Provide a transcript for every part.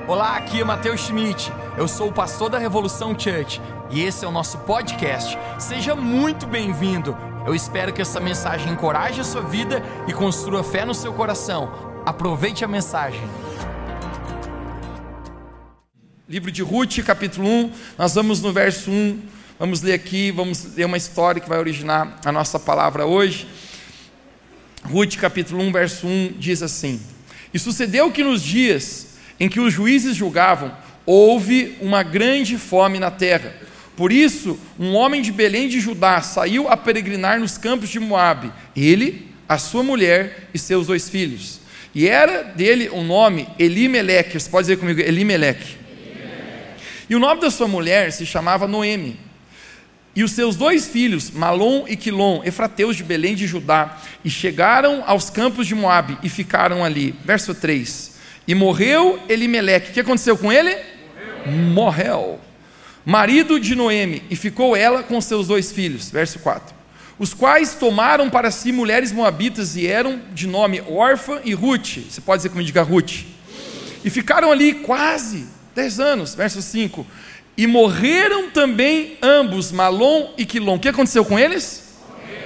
Olá, aqui é Matheus Schmidt, eu sou o pastor da Revolução Church e esse é o nosso podcast. Seja muito bem-vindo, eu espero que essa mensagem encoraje a sua vida e construa fé no seu coração. Aproveite a mensagem. Livro de Ruth, capítulo 1, nós vamos no verso 1, vamos ler aqui, vamos ler uma história que vai originar a nossa palavra hoje. Ruth, capítulo 1, verso 1, diz assim: E sucedeu que nos dias em que os juízes julgavam, houve uma grande fome na terra. Por isso, um homem de Belém de Judá saiu a peregrinar nos campos de Moabe, ele, a sua mulher e seus 2 filhos. E era dele o nome Elimeleque. Você pode dizer comigo, Elimeleque. E o nome da sua mulher se chamava Noemi. E os seus 2 filhos, Malom e Quilom, efrateus de Belém de Judá, e chegaram aos campos de Moabe e ficaram ali. Verso 3. E morreu Elimeleque. O que aconteceu com ele? Morreu. Marido de Noemi, e ficou ela com seus 2 filhos. Verso 4. Os quais tomaram para si mulheres moabitas e eram de nome Orfa e Ruth. Você pode dizer como diga Ruth. E ficaram ali quase 10 anos. Verso 5. E morreram também ambos, Malom e Quilom. O que aconteceu com eles?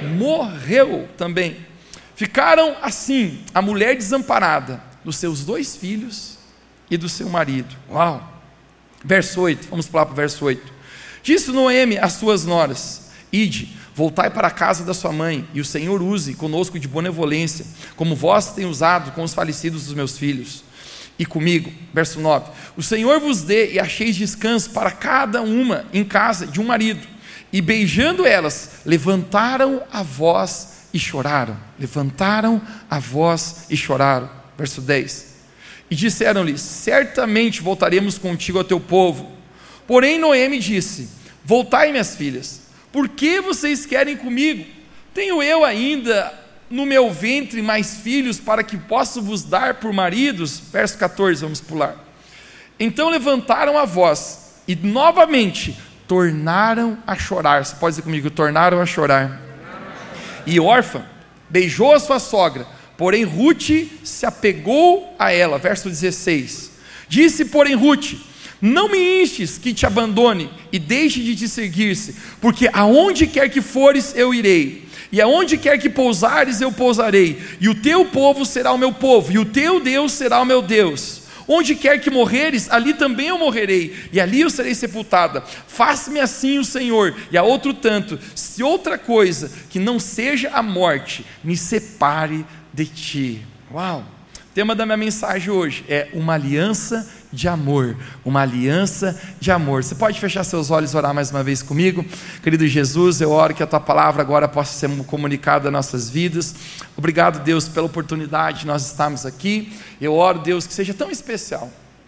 Morreu também. Ficaram assim, a mulher desamparada dos seus 2 filhos e do seu marido. Uau! Verso 8, vamos pular para o verso 8. Disse Noemi às suas noras: Ide, voltai para a casa da sua mãe, e o Senhor use conosco de benevolência, como vós tem usado com os falecidos dos meus filhos. E comigo, verso 9, o Senhor vos dê e acheis descanso para cada uma em casa de um marido. E beijando elas, levantaram a voz e choraram. Levantaram a voz e choraram. Verso 10. E disseram-lhe: certamente voltaremos contigo ao teu povo. Porém Noemi disse: voltai, minhas filhas, por que vocês querem comigo? Tenho eu ainda no meu ventre mais filhos para que possa vos dar por maridos? Verso 14, vamos pular. Então levantaram a voz e novamente tornaram a chorar. Você pode dizer comigo, tornaram a chorar. E Orfa beijou a sua sogra, porém Ruth se apegou a ela. Verso 16. Disse, porém, Ruth: não me instes que te abandone e deixe de te seguir-se, porque aonde quer que fores eu irei, e aonde quer que pousares eu pousarei, e o teu povo será o meu povo, e o teu Deus será o meu Deus. Onde quer que morreres, ali também eu morrerei, e ali eu serei sepultada. Faça-me assim o Senhor, e a outro tanto, se outra coisa que não seja a morte me separe de ti. Uau! O tema da minha mensagem hoje é uma aliança de amor. Uma aliança de amor. Você pode fechar seus olhos e orar mais uma vez comigo? Querido Jesus, eu oro que a tua palavra agora possa ser comunicada às nossas vidas. Obrigado, Deus, pela oportunidade de nós estarmos aqui. Eu oro, Deus, que seja tão especial,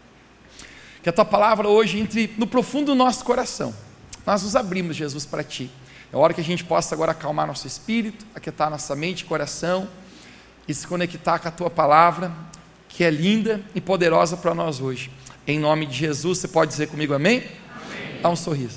que a tua palavra hoje entre no profundo do nosso coração. Nós nos abrimos, Jesus, para ti. Eu oro que a gente possa agora acalmar nosso espírito, aquietar nossa mente e coração, e se conectar com a tua palavra, que é linda e poderosa para nós hoje. Em nome de Jesus, você pode dizer comigo amém? Amém. Dá um sorriso.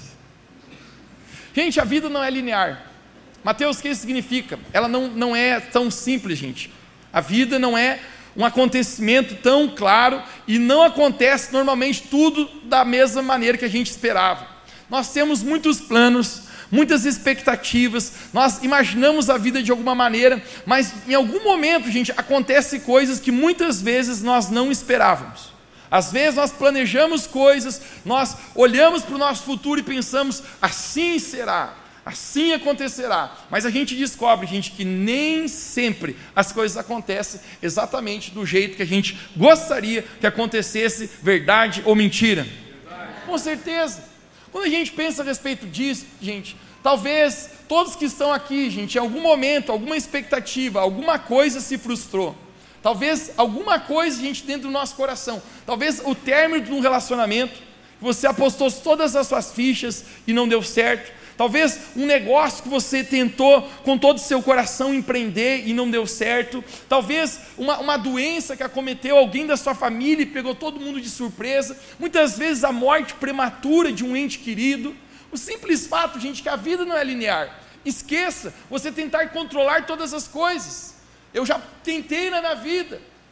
Gente, a vida não é linear. Mateus, o que isso significa? Ela não é tão simples, gente. A vida não é um acontecimento tão claro, e não acontece normalmente tudo da mesma maneira que a gente esperava. Nós temos muitos planos, muitas expectativas, nós imaginamos a vida de alguma maneira, mas em algum momento, gente, acontecem coisas que muitas vezes nós não esperávamos. Às vezes nós planejamos coisas, nós olhamos para o nosso futuro e pensamos, assim será, assim acontecerá, mas a gente descobre, gente, que nem sempre as coisas acontecem exatamente do jeito que a gente gostaria que acontecesse, verdade ou mentira? Verdade. Com certeza. Quando a gente pensa a respeito disso, gente, talvez todos que estão aqui, gente, em algum momento, alguma expectativa, alguma coisa se frustrou. Talvez alguma coisa, gente, dentro do nosso coração. Talvez o término de um relacionamento, você apostou todas as suas fichas e não deu certo. Talvez um negócio que você tentou com todo o seu coração empreender e não deu certo. Talvez uma doença que acometeu alguém da sua família e pegou todo mundo de surpresa. Muitas vezes a morte prematura de um ente querido. O simples fato, gente, que a vida não é linear. Esqueça você tentar controlar todas as coisas. Eu já tentei na minha vida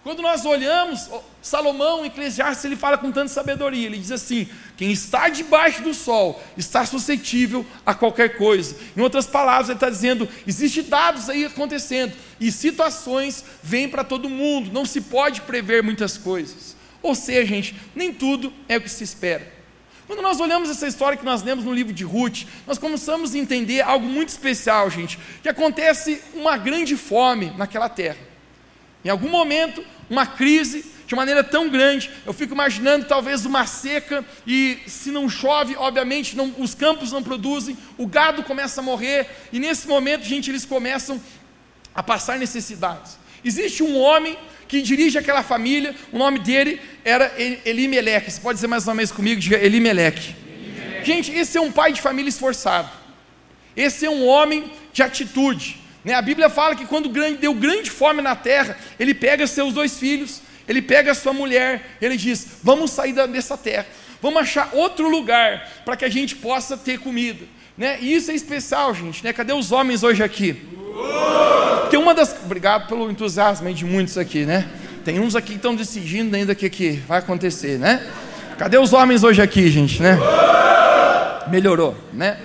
Quando nós olhamos, Salomão, em Eclesiastes, ele fala com tanta sabedoria, ele diz assim: quem está debaixo do sol está suscetível a qualquer coisa. Em outras palavras, ele está dizendo, existem dados aí acontecendo, e situações vêm para todo mundo, não se pode prever muitas coisas. Ou seja, gente, nem tudo é o que se espera. Quando nós olhamos essa história que nós lemos no livro de Ruth, nós começamos a entender algo muito especial, gente, que acontece uma grande fome naquela terra. Em algum momento, uma crise de maneira tão grande, eu fico imaginando talvez uma seca, e se não chove, obviamente, os campos não produzem, o gado começa a morrer, e nesse momento, gente, eles começam a passar necessidades. Existe um homem que dirige aquela família, o nome dele era Elimeleque. Você pode dizer mais uma vez comigo? Diga Elimeleque. Gente, esse é um pai de família esforçado, esse é um homem de atitude, né? A Bíblia fala que quando deu grande fome na terra, ele pega seus 2 filhos, ele pega a sua mulher, ele diz: vamos sair dessa terra, vamos achar outro lugar, para que a gente possa ter comida, né? E isso é especial, gente, né? Cadê os homens hoje aqui? Porque obrigado pelo entusiasmo aí de muitos aqui, né? Tem uns aqui que estão decidindo ainda o que vai acontecer, né? Cadê os homens hoje aqui, gente, né? Melhorou, né?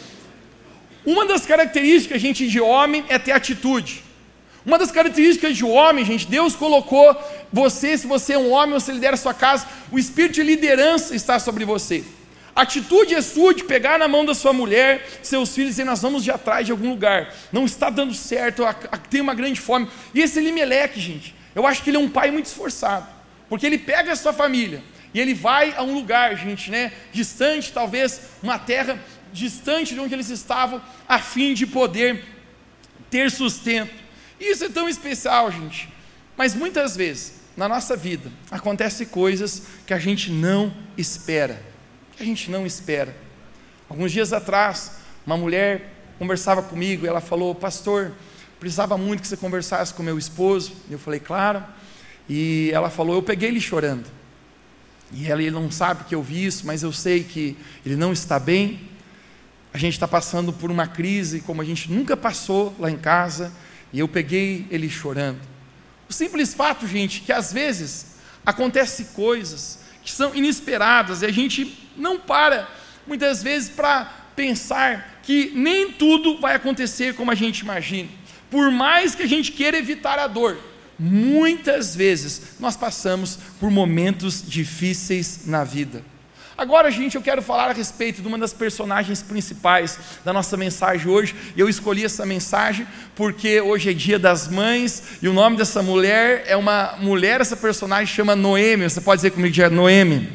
Uma das características, gente, de homem é ter atitude. Uma das características de homem, gente, Deus colocou você, se você é um homem, você lidera a sua casa, o espírito de liderança está sobre você. A atitude é sua de pegar na mão da sua mulher, seus filhos, e dizer: nós vamos de atrás de algum lugar, não está dando certo, tem uma grande fome. E esse Elimeleque, gente, eu acho que ele é um pai muito esforçado, porque ele pega a sua família, e ele vai a um lugar, gente, né, distante, talvez uma terra distante de onde eles estavam, a fim de poder ter sustento. E isso é tão especial, gente, mas muitas vezes, na nossa vida, acontecem coisas que a gente não espera. Alguns dias atrás, uma mulher conversava comigo, e ela falou: pastor, precisava muito que você conversasse com meu esposo. Eu falei: claro. E ela falou: eu peguei ele chorando, e ele não sabe que eu vi isso, mas eu sei que ele não está bem. A gente está passando por uma crise como a gente nunca passou lá em casa, e eu peguei ele chorando. O simples fato, gente, que às vezes acontecem coisas que são inesperadas, e a gente não para, muitas vezes, para pensar que nem tudo vai acontecer como a gente imagina. Por mais que a gente queira evitar a dor, muitas vezes nós passamos por momentos difíceis na vida. Agora, gente, eu quero falar a respeito de uma das personagens principais da nossa mensagem hoje. Eu escolhi essa mensagem porque hoje é dia das mães, e o nome dessa mulher é uma mulher, essa personagem chama Noemi. Você pode dizer comigo, já Noemi?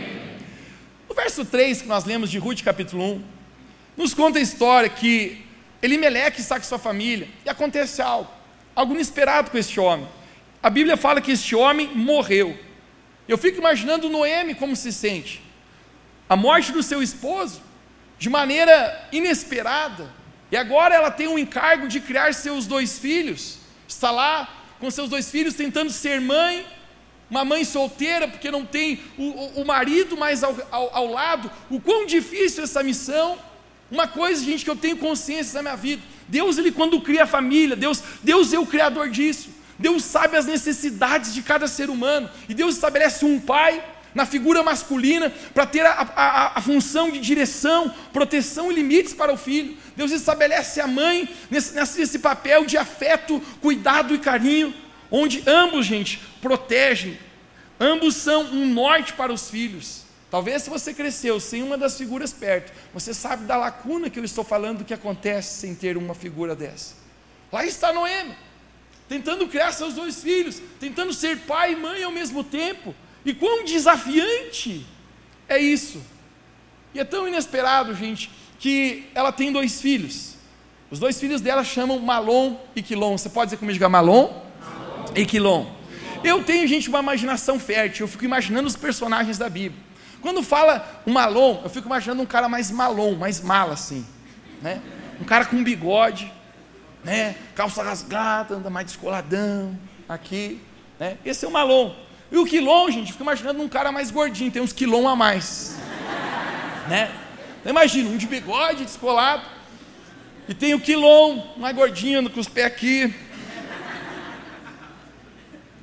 No verso 3 que nós lemos de Ruth capítulo 1, nos conta a história que Elimeleque está com sua família, e acontece algo inesperado com este homem. A Bíblia fala que este homem morreu. Eu fico imaginando Noemi como se sente. A morte do seu esposo, de maneira inesperada, e agora ela tem um encargo de criar seus 2 filhos, está lá com seus 2 filhos tentando ser mãe, uma mãe solteira, porque não tem o marido mais ao lado. O quão difícil essa missão. Uma coisa, gente, que eu tenho consciência na minha vida: Deus, ele quando cria a família, Deus é o criador disso. Deus sabe as necessidades de cada ser humano, e Deus estabelece um pai na figura masculina, para ter a função de direção, proteção e limites para o filho. Deus estabelece a mãe nesse papel de afeto, cuidado e carinho, onde ambos, gente, protegem, ambos são um norte para os filhos. Talvez se você cresceu sem uma das figuras perto, você sabe da lacuna que eu estou falando, que acontece sem ter uma figura dessa. Lá está Noemi, tentando criar seus 2 filhos, tentando ser pai e mãe ao mesmo tempo. E quão desafiante é isso. E é tão inesperado, gente, que ela tem 2 filhos. Os 2 filhos dela chamam Malom e Quilom. Você pode dizer comigo, diga Malom e Quilom. Eu tenho, gente, uma imaginação fértil. Eu fico imaginando os personagens da Bíblia. Quando fala o Malom, eu fico imaginando um cara mais malom, mais mala assim, né? Um cara com bigode, né? Calça rasgada, anda mais descoladão aqui, né? Esse é o Malom. E o Quilom, gente, fica imaginando um cara mais gordinho, tem uns quilom a mais, né? Então imagina, um de bigode, descolado, e tem o Quilom, mais gordinho, com os pés aqui,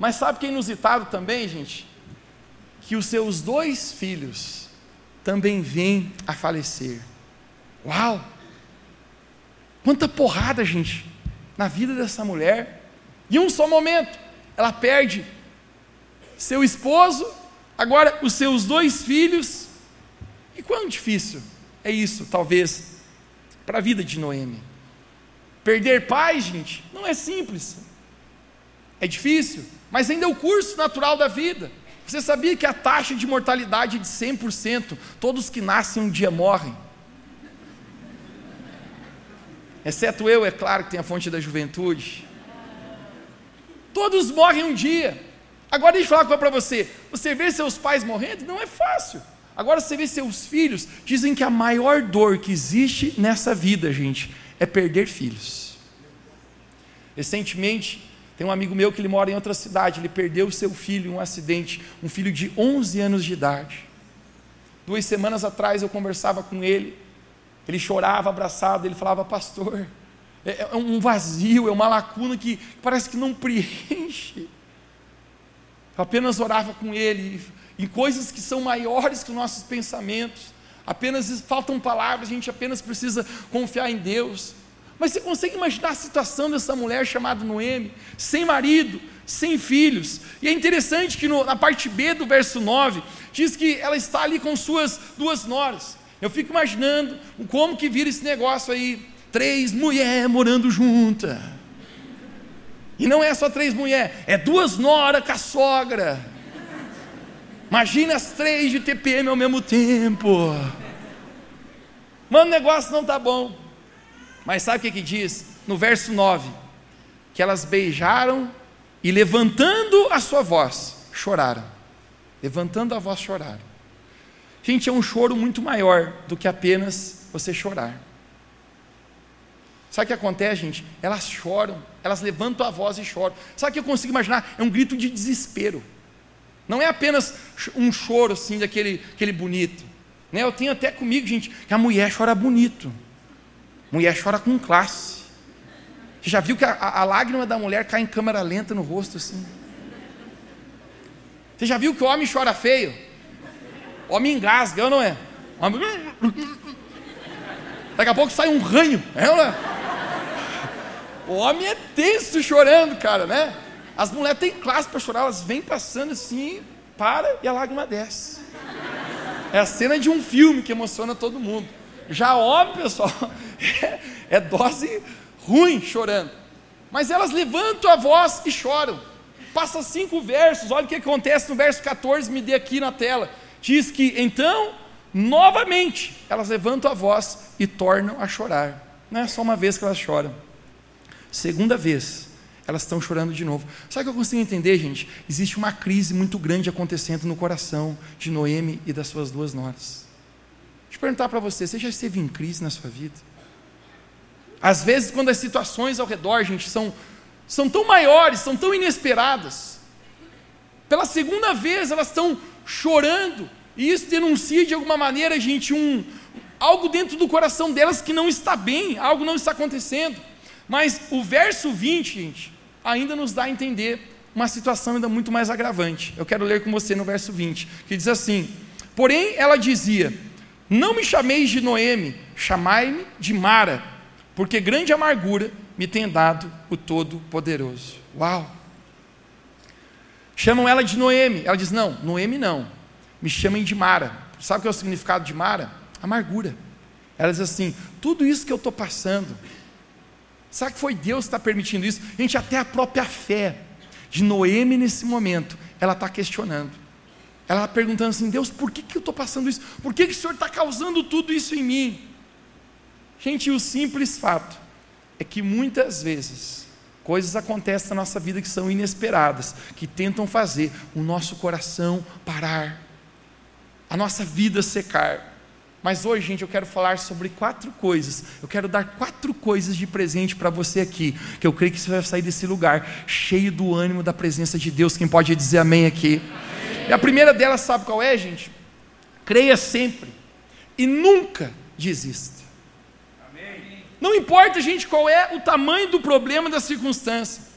Mas sabe o que é inusitado também, gente? Que os seus 2 filhos também vêm a falecer. Uau! Quanta porrada, gente, na vida dessa mulher. Em um só momento, ela perde seu esposo, agora os seus 2 filhos. E quão difícil é isso, talvez, para a vida de Noemi. Perder pais, gente, não é simples. É difícil, mas ainda é o curso natural da vida. Você sabia que a taxa de mortalidade é de 100%? Todos que nascem um dia morrem. Exceto eu, é claro, que tenho a fonte da juventude. Todos morrem um dia. Agora deixa eu falar uma coisa para você. Você vê seus pais morrendo? Não é fácil. Agora você vê seus filhos. Dizem que a maior dor que existe nessa vida, gente, é perder filhos. Recentemente, tem um amigo meu que ele mora em outra cidade. Ele perdeu o seu filho em um acidente. Um filho de 11 anos de idade. 2 semanas atrás eu conversava com ele. Ele chorava abraçado. Ele falava: pastor, é um vazio, é uma lacuna que parece que não preenche. Eu apenas orava com ele em coisas que são maiores que os nossos pensamentos. Apenas faltam palavras, a gente apenas precisa confiar em Deus. Mas você consegue imaginar a situação dessa mulher chamada Noemi, sem marido, sem filhos? E é interessante que na parte B do verso 9, diz que ela está ali com suas 2 noras. Eu fico imaginando como que vira esse negócio aí, 3 mulheres morando juntas. E não é só 3 mulheres, é 2 noras com a sogra. Imagina as 3 de TPM ao mesmo tempo. Mano, o negócio não está bom. Mas sabe o que diz? No verso 9, que elas beijaram e levantando a sua voz, choraram. Levantando a voz, choraram. Gente, é um choro muito maior do que apenas você chorar. Sabe o que acontece, gente? Elas choram, elas levantam a voz e choram. Sabe o que eu consigo imaginar? É um grito de desespero. Não é apenas um choro assim, aquele bonito. Né? Eu tenho até comigo, gente, que a mulher chora bonito. Mulher chora com classe. Você já viu que a lágrima da mulher cai em câmera lenta no rosto assim? Você já viu que o homem chora feio? O homem engasga, não é? Daqui a pouco sai um ranho, não é? O homem é tenso chorando, cara, né? As mulheres têm classe para chorar, elas vêm passando assim, para e a lágrima desce. É a cena de um filme que emociona todo mundo. Já homem, pessoal, é dose ruim chorando. Mas elas levantam a voz e choram. Passa 5 versos, olha o que acontece no verso 14, me dê aqui na tela. Diz que então, novamente, elas levantam a voz e tornam a chorar. Não é só uma vez que elas choram. Segunda vez, elas estão chorando de novo. Sabe o que eu consigo entender, gente? Existe uma crise muito grande acontecendo no coração de Noemi e das suas 2 noras. Deixa eu perguntar para você, você já esteve em crise na sua vida? Às vezes, quando as situações ao redor, gente, são tão maiores, são tão inesperadas, pela segunda vez elas estão chorando, e isso denuncia de alguma maneira, gente, algo dentro do coração delas que não está bem, algo não está acontecendo. Mas o verso 20, gente, ainda nos dá a entender uma situação ainda muito mais agravante. Eu quero ler com você no verso 20, que diz assim: porém ela dizia: não me chameis de Noemi, chamai-me de Mara, porque grande amargura me tem dado o Todo-Poderoso. Uau! Chamam ela de Noemi, ela diz: não, Noemi não, me chamem de Mara. Sabe o que é o significado de Mara? Amargura. Ela diz assim: tudo isso que eu estou passando, sabe que foi Deus que está permitindo isso? Gente, até a própria fé de Noemi nesse momento, ela está questionando. Ela está perguntando assim: Deus, por que eu estou passando isso? Por que o Senhor está causando tudo isso em mim? Gente, o simples fato é que muitas vezes coisas acontecem na nossa vida que são inesperadas, que tentam fazer o nosso coração parar, a nossa vida secar. Mas hoje, gente, eu quero falar sobre 4 coisas. Eu quero dar 4 coisas de presente para você aqui, que eu creio que você vai sair desse lugar cheio do ânimo da presença de Deus. Quem pode dizer amém aqui? Amém. E a primeira delas, sabe qual é, gente? Creia sempre e nunca desista. Amém. Não importa, gente, qual é o tamanho do problema, da circunstância.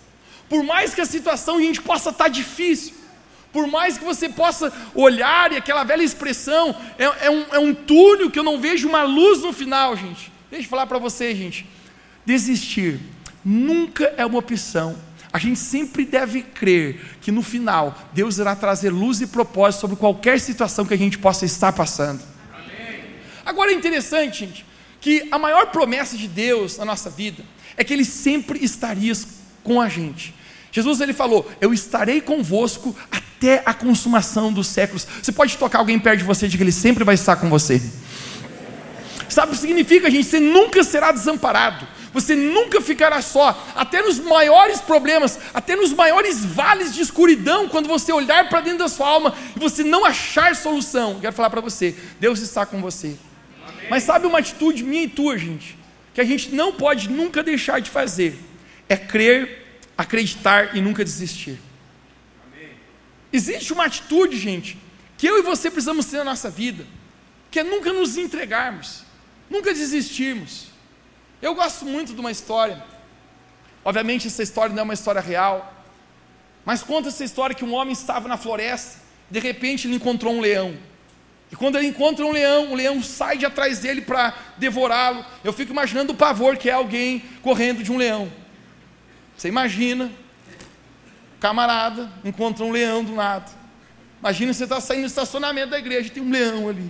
Por mais que a situação, gente, possa estar difícil, por mais que você possa olhar, e aquela velha expressão, é um túnel que eu não vejo uma luz no final, gente. Deixa eu falar para você, gente, desistir nunca é uma opção. A gente sempre deve crer que no final, Deus irá trazer luz e propósito sobre qualquer situação que a gente possa estar passando. Amém. Agora é interessante, gente, que a maior promessa de Deus na nossa vida é que Ele sempre estaria com a gente. Jesus, Ele falou, eu estarei convosco até a consumação dos séculos. Você pode tocar alguém perto de você e dizer que Ele sempre vai estar com você. Sabe o que significa, gente? Você nunca será desamparado, você nunca ficará só, até nos maiores problemas, até nos maiores vales de escuridão, quando você olhar para dentro da sua alma e você não achar solução, quero falar para você, Deus está com você. Amém. Mas sabe uma atitude minha e tua, gente, que a gente não pode nunca deixar de fazer, é crer, acreditar e nunca desistir. Amém. Existe uma atitude, gente, que eu e você precisamos ter na nossa vida, que é nunca nos entregarmos, nunca desistirmos. Eu gosto muito de uma história, obviamente essa história não é uma história real, mas conta essa história que um homem estava na floresta, de repente ele encontrou um leão, e quando ele encontra um leão, o leão sai de atrás dele para devorá-lo. Eu fico imaginando o pavor que é alguém correndo de um leão. Você imagina, camarada, encontra um leão do nada, imagina você está saindo do estacionamento da igreja e tem um leão ali.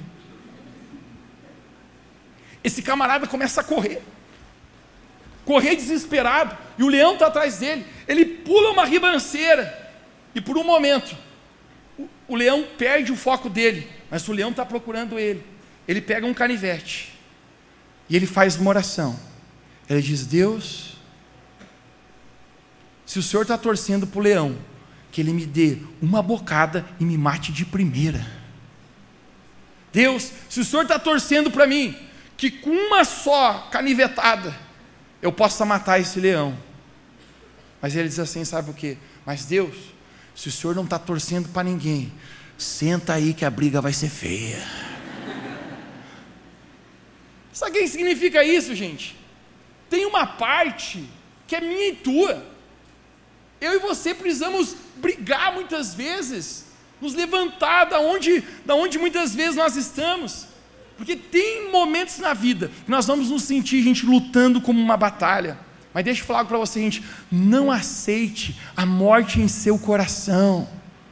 Esse camarada começa a correr desesperado, e o leão está atrás dele, ele pula uma ribanceira, e por um momento, o leão perde o foco dele, mas o leão está procurando ele pega um canivete, e ele faz uma oração, ele diz, Deus, se o Senhor está torcendo para o leão, que ele me dê uma bocada e me mate de primeira. Deus, se o Senhor está torcendo para mim, que com uma só canivetada, eu possa matar esse leão. Mas ele diz assim, sabe o que? Mas Deus, se o Senhor não está torcendo para ninguém, senta aí que a briga vai ser feia. Sabe o que significa isso, gente? Tem uma parte que é minha e tua. Eu e você precisamos brigar muitas vezes, nos levantar da onde muitas vezes nós estamos. Porque tem momentos na vida que nós vamos nos sentir, gente, lutando como uma batalha. Mas deixa eu falar algo para você, gente, não aceite a morte em seu coração.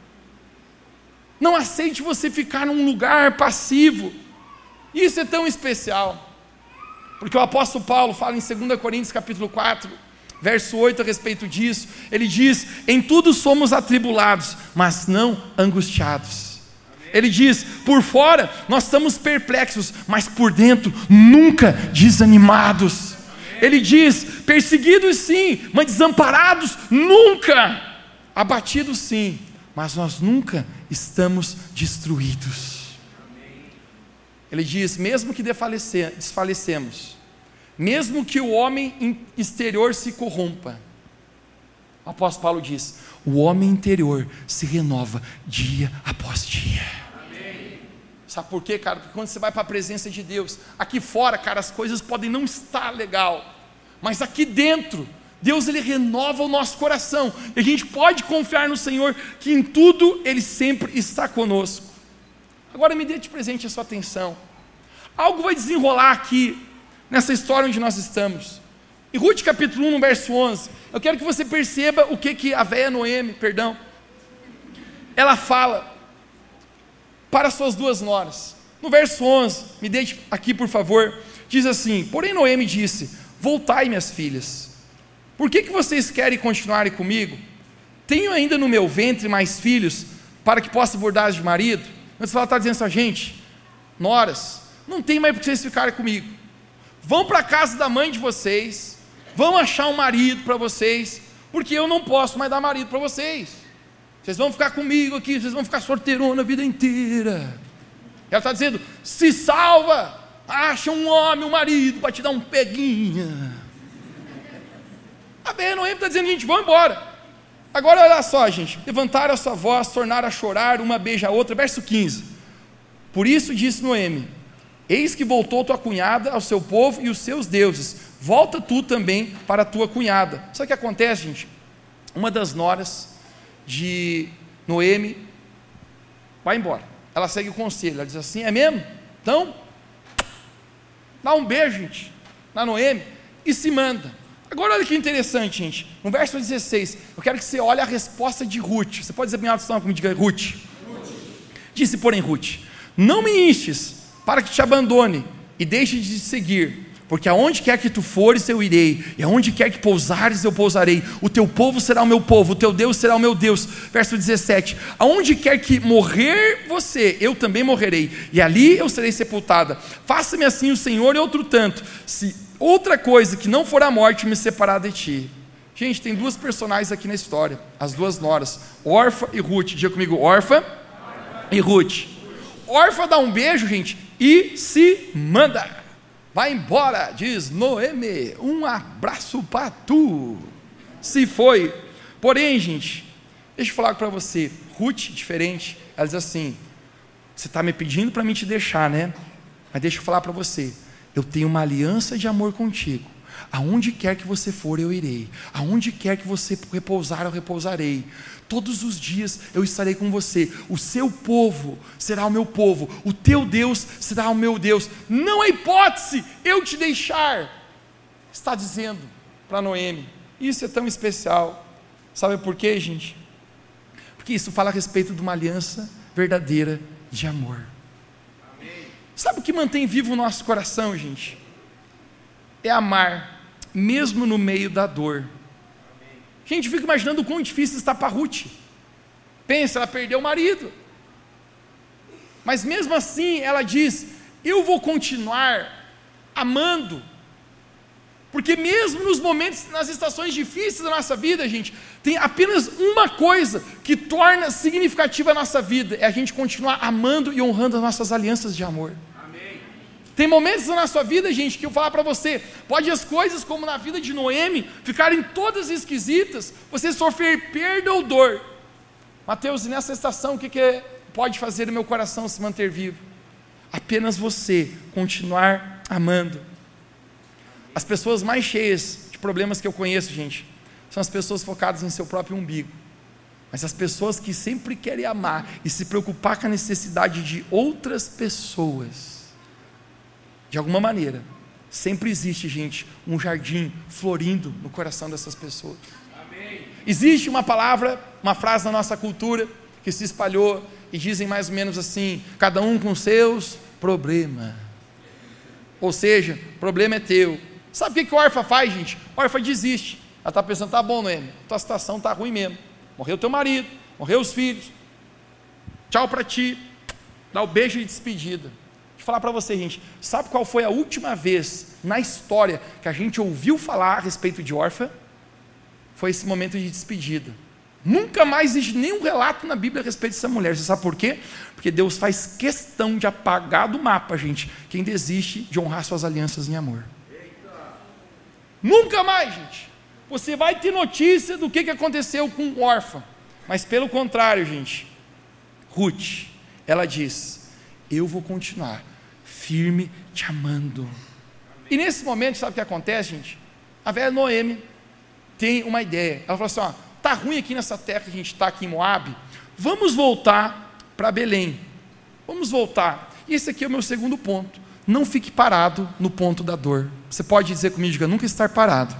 Não aceite você ficar num lugar passivo. Isso é tão especial. Porque o apóstolo Paulo fala em 2 Coríntios capítulo 4, verso 8 a respeito disso. Ele diz, em tudo somos atribulados, mas não angustiados. Ele diz, por fora nós estamos perplexos, mas por dentro nunca desanimados. Ele diz, perseguidos sim, mas desamparados nunca. Abatidos sim, mas nós nunca estamos destruídos. Ele diz, mesmo que desfalecemos, mesmo que o homem exterior se corrompa, o apóstolo Paulo diz, o homem interior se renova dia após dia. Sabe por quê, cara? Porque quando você vai para a presença de Deus, aqui fora, cara, as coisas podem não estar legal, mas aqui dentro, Deus, Ele renova o nosso coração, e a gente pode confiar no Senhor, que em tudo Ele sempre está conosco. Agora me dê de presente a sua atenção, algo vai desenrolar aqui, nessa história onde nós estamos. Em Ruth capítulo 1, no verso 11, eu quero que você perceba o que a véia Noemi, ela fala para suas duas noras. No verso 11, me deixe aqui por favor, diz assim, porém Noemi disse, voltai minhas filhas, por que vocês querem continuar comigo? Tenho ainda no meu ventre mais filhos, para que possa bordar de marido? Mas ela está dizendo assim, gente, noras, não tem mais por vocês ficarem comigo, vão para a casa da mãe de vocês, vão achar um marido para vocês, porque eu não posso mais dar marido para vocês. Vocês vão ficar comigo aqui, vocês vão ficar solteirona a vida inteira. Ela está dizendo, se salva, acha um homem, um marido, para te dar um peguinha. A véia Noemi está dizendo, gente, vamos embora. Agora olha só, gente, levantaram a sua voz, tornaram a chorar, uma beija a outra, verso 15. Por isso disse Noemi, eis que voltou tua cunhada ao seu povo e os seus deuses, volta tu também para a tua cunhada. Sabe o que acontece, gente? uma das noras de Noemi vai embora. Ela segue o conselho, ela diz assim: é mesmo? Então, dá um beijo, gente, na Noemi, e se manda. Agora olha que interessante, gente, no verso 16, eu quero que você olhe a resposta de Ruth. Você pode dizer bem alto, como diga Ruth. Disse, porém, Ruth: não me instes para que te abandone e deixe de te seguir, porque aonde quer que tu fores eu irei, e aonde quer que pousares eu pousarei, o teu povo será o meu povo, o teu Deus será o meu Deus. Verso 17, aonde quer que morrer você, eu também morrerei, e ali eu serei sepultada. Faça-me assim o Senhor e outro tanto, se outra coisa que não for a morte me separar de ti. Gente, tem duas personagens aqui na história, as duas noras, Orfa e Ruth. Diga comigo, Orfa e Ruth. Orfa dá um beijo, gente, e se manda. Vai embora, diz Noemi, um abraço para tu. Se foi. Porém, gente, deixa eu falar para você, Ruth, diferente, ela diz assim: você está me pedindo para mim te deixar, né? Mas deixa eu falar para você, eu tenho uma aliança de amor contigo. Aonde quer que você for, eu irei. Aonde quer que você repousar, eu repousarei. Todos os dias eu estarei com você. O seu povo será o meu povo. O teu Deus será o meu Deus. Não há hipótese eu te deixar. Está dizendo para Noemi. Isso é tão especial. Sabe por quê, gente? Porque isso fala a respeito de uma aliança verdadeira de amor. Amém. Sabe o que mantém vivo o nosso coração, gente? É amar, mesmo no meio da dor. Gente, fica imaginando o quão difícil está para Ruth. Pensa, ela perdeu o marido, mas mesmo assim ela diz: eu vou continuar amando, porque mesmo nos momentos, nas estações difíceis da nossa vida, gente, tem apenas uma coisa que torna significativa a nossa vida, é a gente continuar amando e honrando as nossas alianças de amor. Tem momentos na sua vida, gente, que eu falo para você, pode as coisas, como na vida de Noemi, ficarem todas esquisitas, você sofrer perda ou dor. Mateus, e nessa estação, o que pode fazer o meu coração se manter vivo? Apenas você continuar amando. As pessoas mais cheias de problemas que eu conheço, gente, são as pessoas focadas em seu próprio umbigo. Mas as pessoas que sempre querem amar e se preocupar com a necessidade de outras pessoas, de alguma maneira, sempre existe, gente, um jardim florindo no coração dessas pessoas. Amém. Existe uma palavra, uma frase na nossa cultura, que se espalhou, e dizem mais ou menos assim: cada um com seus problemas. Ou seja, problema é teu. Sabe o que a Orfa faz, gente? A Orfa desiste. Ela está pensando: tá bom, Noemi, tua situação está ruim mesmo. Morreu teu marido, morreu os filhos. Tchau para ti. Dá o beijo de despedida. Falar para você, gente, sabe qual foi a última vez na história que a gente ouviu falar a respeito de Orfa? Foi esse momento de despedida. Nunca mais existe nenhum relato na Bíblia a respeito dessa mulher. Você sabe por quê? Porque Deus faz questão de apagar do mapa, gente, quem desiste de honrar suas alianças em amor. Eita. Nunca mais, gente, você vai ter notícia do que aconteceu com Orfa. Mas pelo contrário, gente, Ruth, ela diz: eu vou continuar firme te amando. E nesse momento, sabe o que acontece, gente? A velha Noemi tem uma ideia. Ela falou assim: ó, tá ruim aqui nessa terra que a gente está aqui em Moabe, vamos voltar para Belém. Vamos voltar. E esse aqui é o meu segundo ponto: não fique parado no ponto da dor. Você pode dizer comigo, diga: nunca estar parado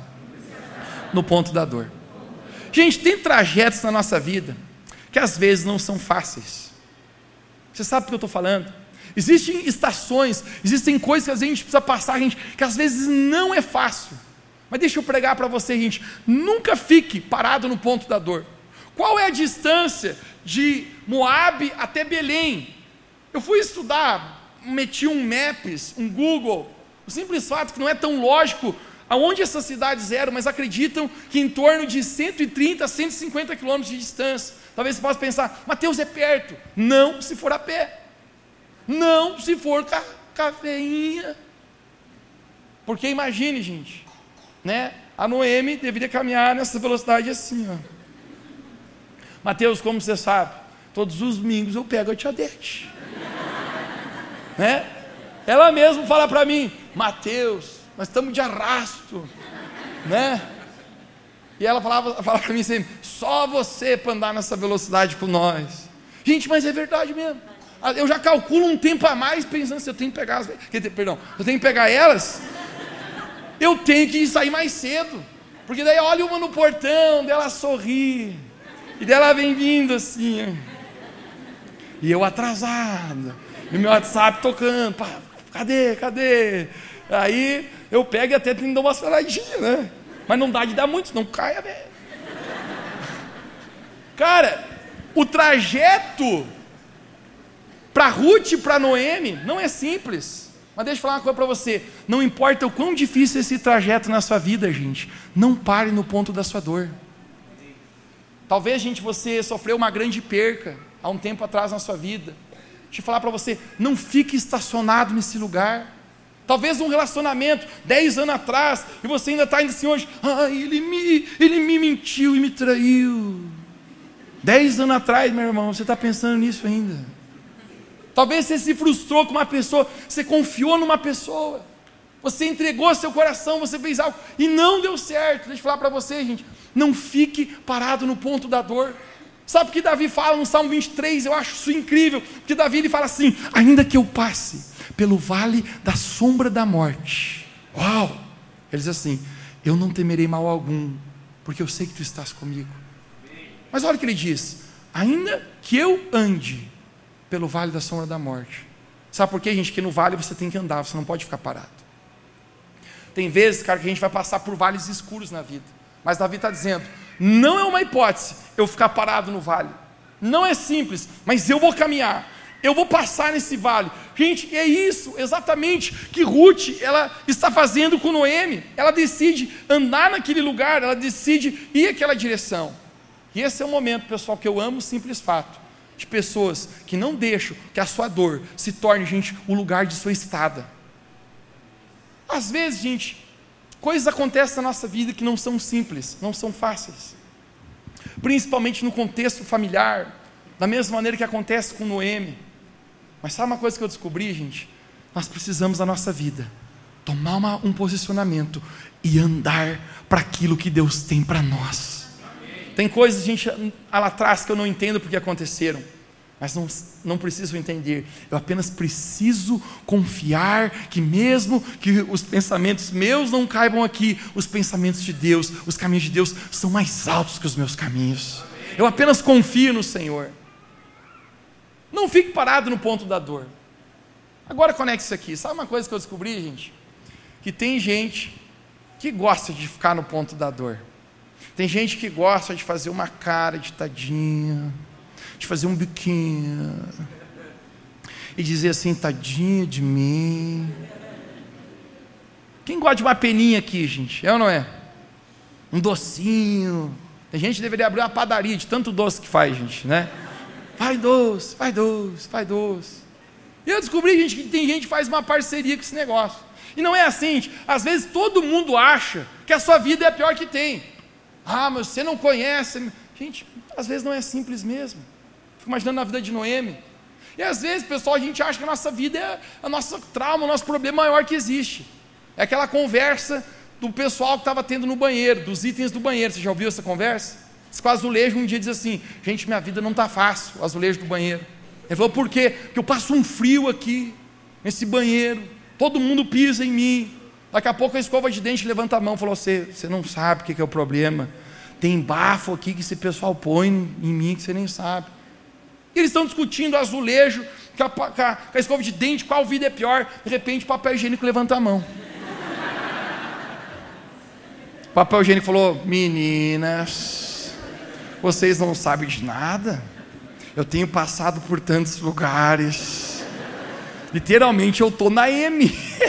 no ponto da dor. Gente, tem trajetos na nossa vida que às vezes não são fáceis. Você sabe do que eu estou falando? Existem estações, existem coisas que às vezes a gente precisa passar, gente, que às vezes não é fácil. Mas deixa eu pregar para você, gente, nunca fique parado no ponto da dor. Qual é a distância de Moabe até Belém? Eu fui estudar, meti um Maps, um Google, o simples fato que não é tão lógico aonde essas cidades eram, mas acreditam que em torno de 130 a 150 quilômetros de distância. Talvez você possa pensar: Mateus, é perto. Não, se for a pé. Não, se for cafeinha. Porque imagine, gente, né? A Noemi deveria caminhar nessa velocidade assim, ó. Mateus, como você sabe, todos os domingos eu pego a tia Dete, né? Ela mesma fala para mim: Mateus, nós estamos de arrasto, né? E ela falava para mim sempre: só você para andar nessa velocidade com nós. Gente, mas é verdade mesmo. Eu já calculo um tempo a mais pensando se eu tenho que pegar eu tenho que pegar elas, eu tenho que sair mais cedo, porque daí olha uma no portão, dela sorri, e dela vem vindo assim, e eu atrasado, e meu WhatsApp tocando, pá, cadê? Aí eu pego e até tenho que dar uma aceleradinha, né? Mas não dá de dar muito, senão cai a velha. Cara, o trajeto para Ruth e para Noemi não é simples. Mas deixa eu falar uma coisa para você: não importa o quão difícil esse trajeto na sua vida, gente, não pare no ponto da sua dor. Talvez, gente, você sofreu uma grande perca há um tempo atrás na sua vida. Deixa eu falar para você: não fique estacionado nesse lugar. Talvez um relacionamento 10 anos atrás, e você ainda está indo assim hoje: ele me mentiu e me traiu. 10 anos atrás, meu irmão, você está pensando nisso ainda. Talvez você se frustrou com uma pessoa, você confiou numa pessoa, você entregou seu coração, você fez algo e não deu certo. Deixa eu falar para você, gente, não fique parado no ponto da dor. Sabe o que Davi fala no Salmo 23? Eu acho isso incrível, porque Davi ele fala assim: ainda que eu passe pelo vale da sombra da morte, uau, ele diz assim: eu não temerei mal algum, porque eu sei que tu estás comigo. Mas olha o que ele diz: ainda que eu ande pelo vale da sombra da morte. Sabe por quê, gente? Que no vale você tem que andar, você não pode ficar parado. Tem vezes, cara, que a gente vai passar por vales escuros na vida, mas Davi está dizendo: não é uma hipótese eu ficar parado no vale, não é simples, mas eu vou caminhar, eu vou passar nesse vale. Gente, é isso exatamente que Ruth ela está fazendo com Noemi. Ela decide andar naquele lugar, ela decide ir naquela direção. E esse é o momento, pessoal, que eu amo o simples fato de pessoas que não deixam que a sua dor se torne, gente, o lugar de sua estada. Às vezes, gente, coisas acontecem na nossa vida que não são simples, não são fáceis, principalmente no contexto familiar, da mesma maneira que acontece com Noemi. Mas sabe uma coisa que eu descobri, gente? Nós precisamos da nossa vida tomar um posicionamento e andar para aquilo que Deus tem para nós. Tem coisas, gente, lá atrás que eu não entendo porque aconteceram, mas não preciso entender. Eu apenas preciso confiar que mesmo que os pensamentos meus não caibam aqui, os pensamentos de Deus, os caminhos de Deus são mais altos que os meus caminhos. Eu apenas confio no Senhor. Não fique parado no ponto da dor. Agora conecte isso aqui. Sabe uma coisa que eu descobri, gente? Que tem gente que gosta de ficar no ponto da dor. Tem gente que gosta de fazer uma cara de tadinha, de fazer um biquinho e dizer assim: tadinha de mim. Quem gosta de uma peninha aqui, gente? É ou não é? Um docinho. Tem gente que deveria abrir uma padaria de tanto doce que faz, gente, né? Faz doce, faz doce, faz doce. E eu descobri, gente, que tem gente que faz uma parceria com esse negócio. E não é assim, gente. Às vezes todo mundo acha que a sua vida é a pior que tem. Mas você não conhece. Gente, às vezes não é simples mesmo. Fico imaginando na vida de Noemi. E às vezes, pessoal, a gente acha que a nossa vida é a nossa trauma, o nosso problema maior que existe. É aquela conversa do pessoal que estava tendo no banheiro, dos itens do banheiro. Você já ouviu essa conversa? Diz que o azulejo um dia diz assim: gente, minha vida não está fácil, o azulejo do banheiro. Ele falou: por quê? Porque eu passo um frio aqui, nesse banheiro, todo mundo pisa em mim. Daqui a pouco a escova de dente levanta a mão e falou: você não sabe o que é o problema. Tem bafo aqui que esse pessoal põe em mim que você nem sabe. E eles estão discutindo azulejo, com a escova de dente, qual vida é pior. De repente o papel higiênico levanta a mão. O papel higiênico falou: meninas, vocês não sabem de nada. Eu tenho passado por tantos lugares. Literalmente eu estou na M.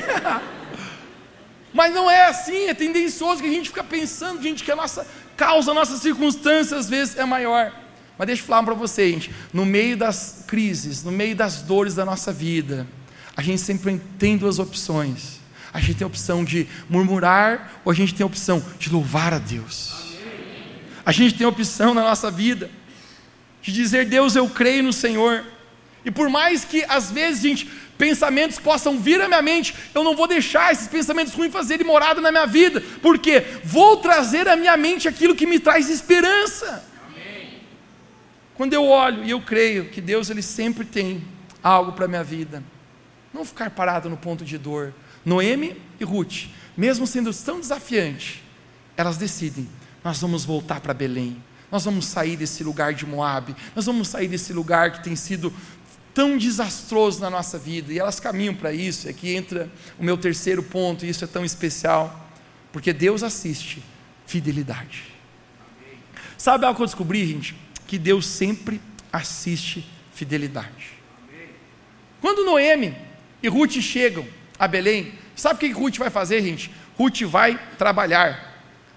Mas não é assim, é tendencioso que a gente fica pensando, gente, que a nossa causa, a nossa circunstância às vezes é maior. Mas deixa eu falar para você, gente, no meio das crises, no meio das dores da nossa vida, a gente sempre tem duas opções. A gente tem a opção de murmurar, ou a gente tem a opção de louvar a Deus. A gente tem a opção na nossa vida de dizer: Deus, eu creio no Senhor, E por mais que às vezes, gente, pensamentos possam vir à minha mente, eu não vou deixar esses pensamentos ruins fazerem morada na minha vida, porque vou trazer à minha mente aquilo que me traz esperança. Amém. Quando eu olho e eu creio que Deus, Ele sempre tem algo para a minha vida, não ficar parado no ponto de dor. Noemi e Ruth, mesmo sendo tão desafiante, elas decidem, nós vamos voltar para Belém, nós vamos sair desse lugar de Moabe, nós vamos sair desse lugar que tem sido tão desastroso na nossa vida, e elas caminham para isso. Aqui entra o meu terceiro ponto, e isso é tão especial, porque Deus assiste fidelidade. Amém. Sabe algo que eu descobri, gente? Que Deus sempre assiste fidelidade. Amém. Quando Noemi e Ruth chegam a Belém, sabe o que Ruth vai fazer, gente? Ruth vai trabalhar.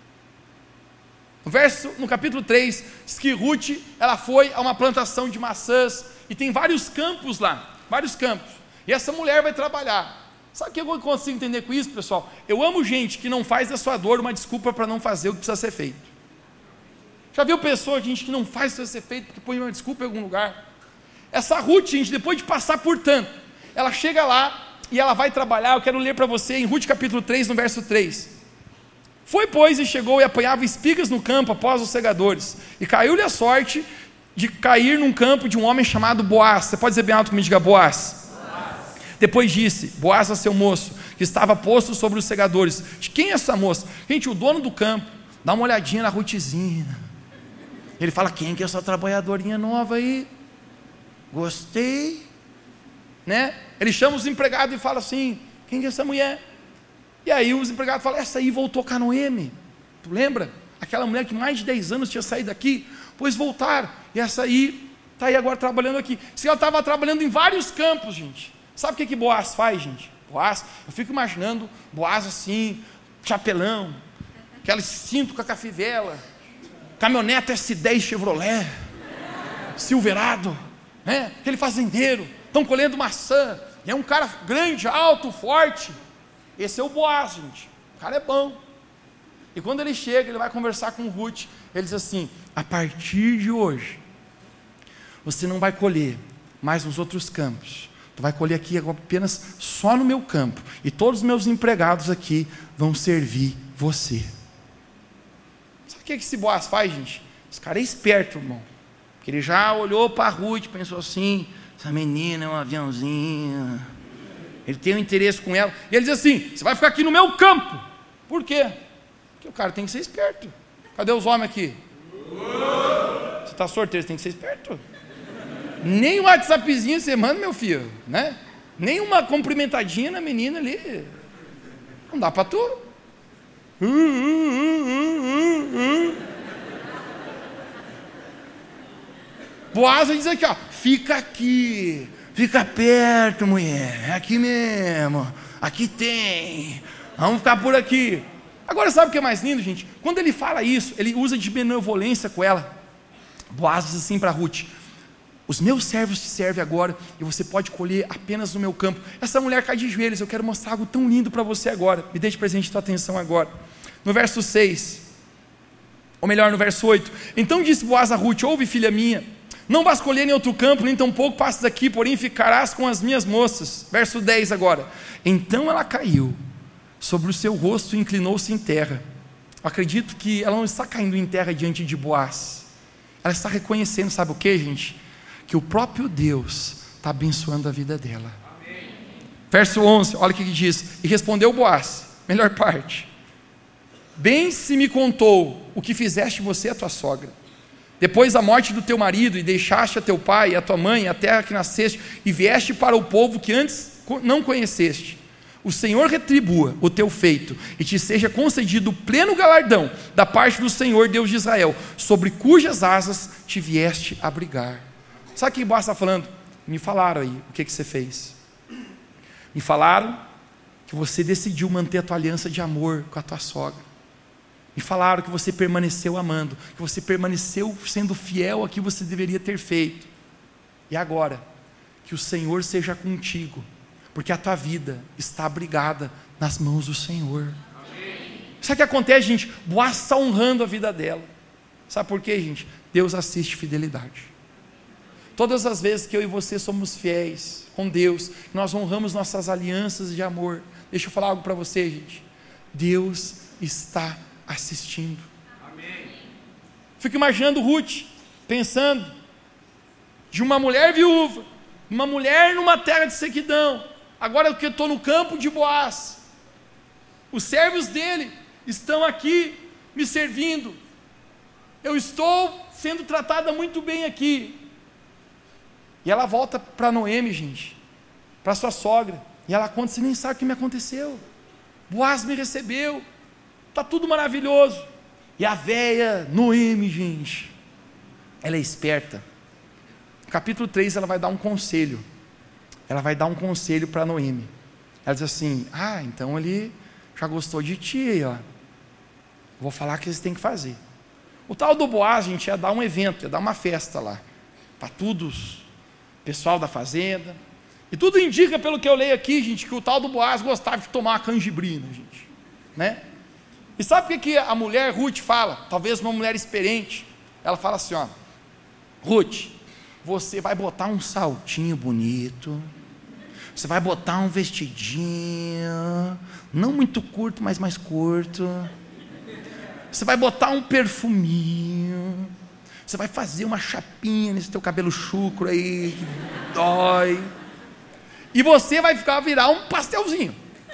No capítulo 3, diz que Ruth, ela foi a uma plantação de maçãs, e tem vários campos lá, e essa mulher vai trabalhar. Sabe o que eu consigo entender com isso, pessoal? Eu amo gente que não faz da sua dor uma desculpa para não fazer o que precisa ser feito. Já viu pessoa, gente, que não faz o que precisa ser feito, porque põe uma desculpa em algum lugar? Essa Ruth, gente, depois de passar por tanto, ela chega lá, e ela vai trabalhar. Eu quero ler para você em Ruth capítulo 3, no verso 3, foi, pois, e chegou e apanhava espigas no campo após os segadores, e caiu-lhe a sorte de cair num campo de um homem chamado Boaz. Você pode dizer bem alto comigo, diga Boaz. Depois disse Boaz a seu moço, que estava posto sobre os segadores, de quem é essa moça? Gente, o dono do campo dá uma olhadinha na Ruthzinha, ele fala, quem que é essa trabalhadorinha nova aí? Gostei, né? Ele chama os empregados e fala assim, quem que é essa mulher? E aí os empregados falam, essa aí voltou com a Noemi, tu lembra? Aquela mulher que mais de 10 anos tinha saído daqui, pois voltaram, e essa aí está aí agora trabalhando aqui. Se ela estava trabalhando em vários campos, gente, sabe o que Boaz faz, gente? Boaz, eu fico imaginando Boaz assim, chapelão, aquele cinto com a cafivela, caminhonete S10 Chevrolet, Silverado, né? Aquele fazendeiro, estão colhendo maçã, e é um cara grande, alto, forte. Esse é o Boaz, gente, o cara é bom. E quando ele chega, ele vai conversar com Ruth, ele diz assim, a partir de hoje, você não vai colher mais nos outros campos, tu vai colher aqui apenas só no meu campo, e todos os meus empregados aqui vão servir você. Sabe o que esse Boaz faz, gente? Esse cara é esperto, irmão, porque ele já olhou para Ruth, pensou assim, essa menina é um aviãozinho, ele tem um interesse com ela, e ele diz assim, você vai ficar aqui no meu campo. Por quê? Porque o cara tem que ser esperto. Cadê os homens aqui? Você está sorteiro, você tem que ser esperto. Nem um WhatsAppzinho você manda, meu filho, né? Nem uma cumprimentadinha na menina ali, não dá para tu. Boaz diz aqui, ó, fica aqui, fica perto, mulher, é aqui mesmo, aqui tem, vamos ficar por aqui. Agora sabe o que é mais lindo, gente? Quando ele fala isso, ele usa de benevolência com ela. Boaz diz assim para Ruth, os meus servos te servem agora, e você pode colher apenas no meu campo. Essa mulher cai de joelhos, eu quero mostrar algo tão lindo para você agora, me deixe presente tua atenção agora. No verso 6, ou melhor, no verso 8, então disse Boaz a Ruth, ouve, filha minha, não vás colher em outro campo, nem tampouco passes daqui, porém ficarás com as minhas moças. Verso 10 agora, então ela caiu sobre o seu rosto e inclinou-se em terra. Eu acredito que ela não está caindo em terra diante de Boaz, ela está reconhecendo, sabe o que, gente? Que o próprio Deus está abençoando a vida dela. Amém. Verso 11, olha o que diz, e respondeu Boaz, melhor parte, bem se me contou o que fizeste você a tua sogra, depois da morte do teu marido, e deixaste a teu pai e a tua mãe, a terra que nasceste, e vieste para o povo que antes não conheceste. O Senhor retribua o teu feito, e te seja concedido o pleno galardão da parte do Senhor Deus de Israel, sobre cujas asas te vieste abrigar. Sabe o que Boaz está falando? Me falaram aí o que você fez. Me falaram que você decidiu manter a tua aliança de amor com a tua sogra. Me falaram que você permaneceu amando, que você permaneceu sendo fiel ao que você deveria ter feito. E agora, que o Senhor seja contigo, porque a tua vida está abrigada nas mãos do Senhor. Amém. Sabe o que acontece, gente? Boaz está honrando a vida dela. Sabe por quê, gente? Deus assiste fidelidade. todas as vezes que eu e você somos fiéis com Deus, nós honramos nossas alianças de amor, deixa eu falar algo para você, gente, Deus está assistindo. Amém. Fico imaginando Ruth, pensando, de uma mulher viúva, uma mulher numa terra de sequidão, agora que eu estou no campo de Boaz, os servos dele estão aqui me servindo, eu estou sendo tratada muito bem aqui, e ela volta para Noemi, gente, para sua sogra, e ela conta, você nem sabe o que me aconteceu, Boaz me recebeu, está tudo maravilhoso, e a véia Noemi, gente, ela é esperta. No capítulo 3 ela vai dar um conselho, para Noemi, ela diz assim, então ele já gostou de ti, ó. Vou falar o que eles têm que fazer. O tal do Boaz, gente, ia dar um evento, ia dar uma festa lá, para todos, pessoal da fazenda, e tudo indica, pelo que eu leio aqui, gente, que o tal do Boaz gostava de tomar uma canjibrina, gente, né? E sabe o que a mulher Ruth fala? Talvez uma mulher experiente, ela fala assim, ó, Ruth, você vai botar um saltinho bonito, você vai botar um vestidinho, não muito curto, mas mais curto, você vai botar um perfuminho, você vai fazer uma chapinha nesse teu cabelo chucro aí, que dói, e você vai virar um pastelzinho,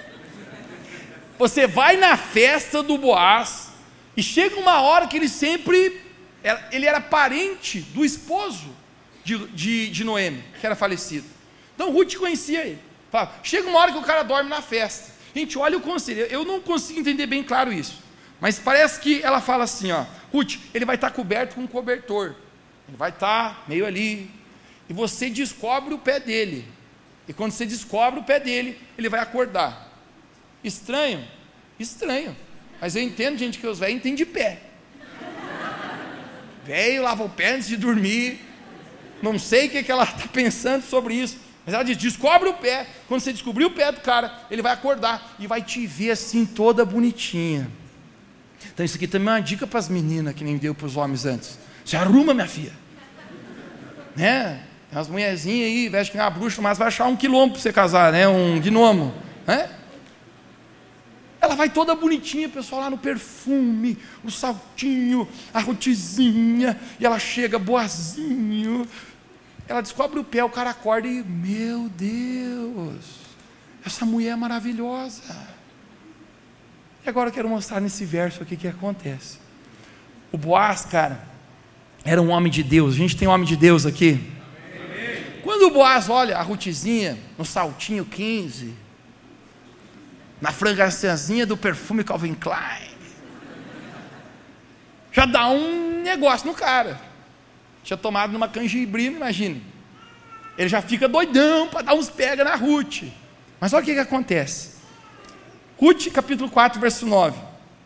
você vai na festa do Boaz, e chega uma hora que ele era parente do esposo de Noemi, que era falecido, então Ruth conhecia ele, fala, chega uma hora que o cara dorme na festa, gente, olha o conselho, eu não consigo entender bem claro isso, mas parece que ela fala assim, ó, Ruth, ele vai estar coberto com um cobertor, ele vai estar meio ali, e você descobre o pé dele, e quando você descobre o pé dele, ele vai acordar. Estranho, mas eu entendo, gente, que os velhos entendem de pé, velho lava o pé antes de dormir, não sei o que ela está pensando sobre isso, mas ela diz, descobre o pé, quando você descobrir o pé do cara, ele vai acordar, e vai te ver assim, toda bonitinha. Então isso aqui também é uma dica para as meninas, que nem deu para os homens antes, se arruma, minha filha, né, tem umas mulherzinhas aí, veste que nem uma bruxa, mas vai achar um quilombo para você casar, né, um gnomo, né, ela vai toda bonitinha, pessoal, lá no perfume, o saltinho, a rotizinha, e ela chega boazinho, ela descobre o pé, o cara acorda e, meu Deus, essa mulher é maravilhosa. E agora eu quero mostrar nesse verso aqui o que acontece. O Boaz, cara, era um homem de Deus. A gente tem um homem de Deus aqui? Amém. Quando o Boaz olha a Rutizinha no saltinho 15, na fraganciazinha do perfume Calvin Klein, já dá um negócio no cara. Tinha tomado numa canjibrina, imagine. Ele já fica doidão para dar uns pega na Ruth. Mas olha o que acontece. Ruth, capítulo 4, verso 9.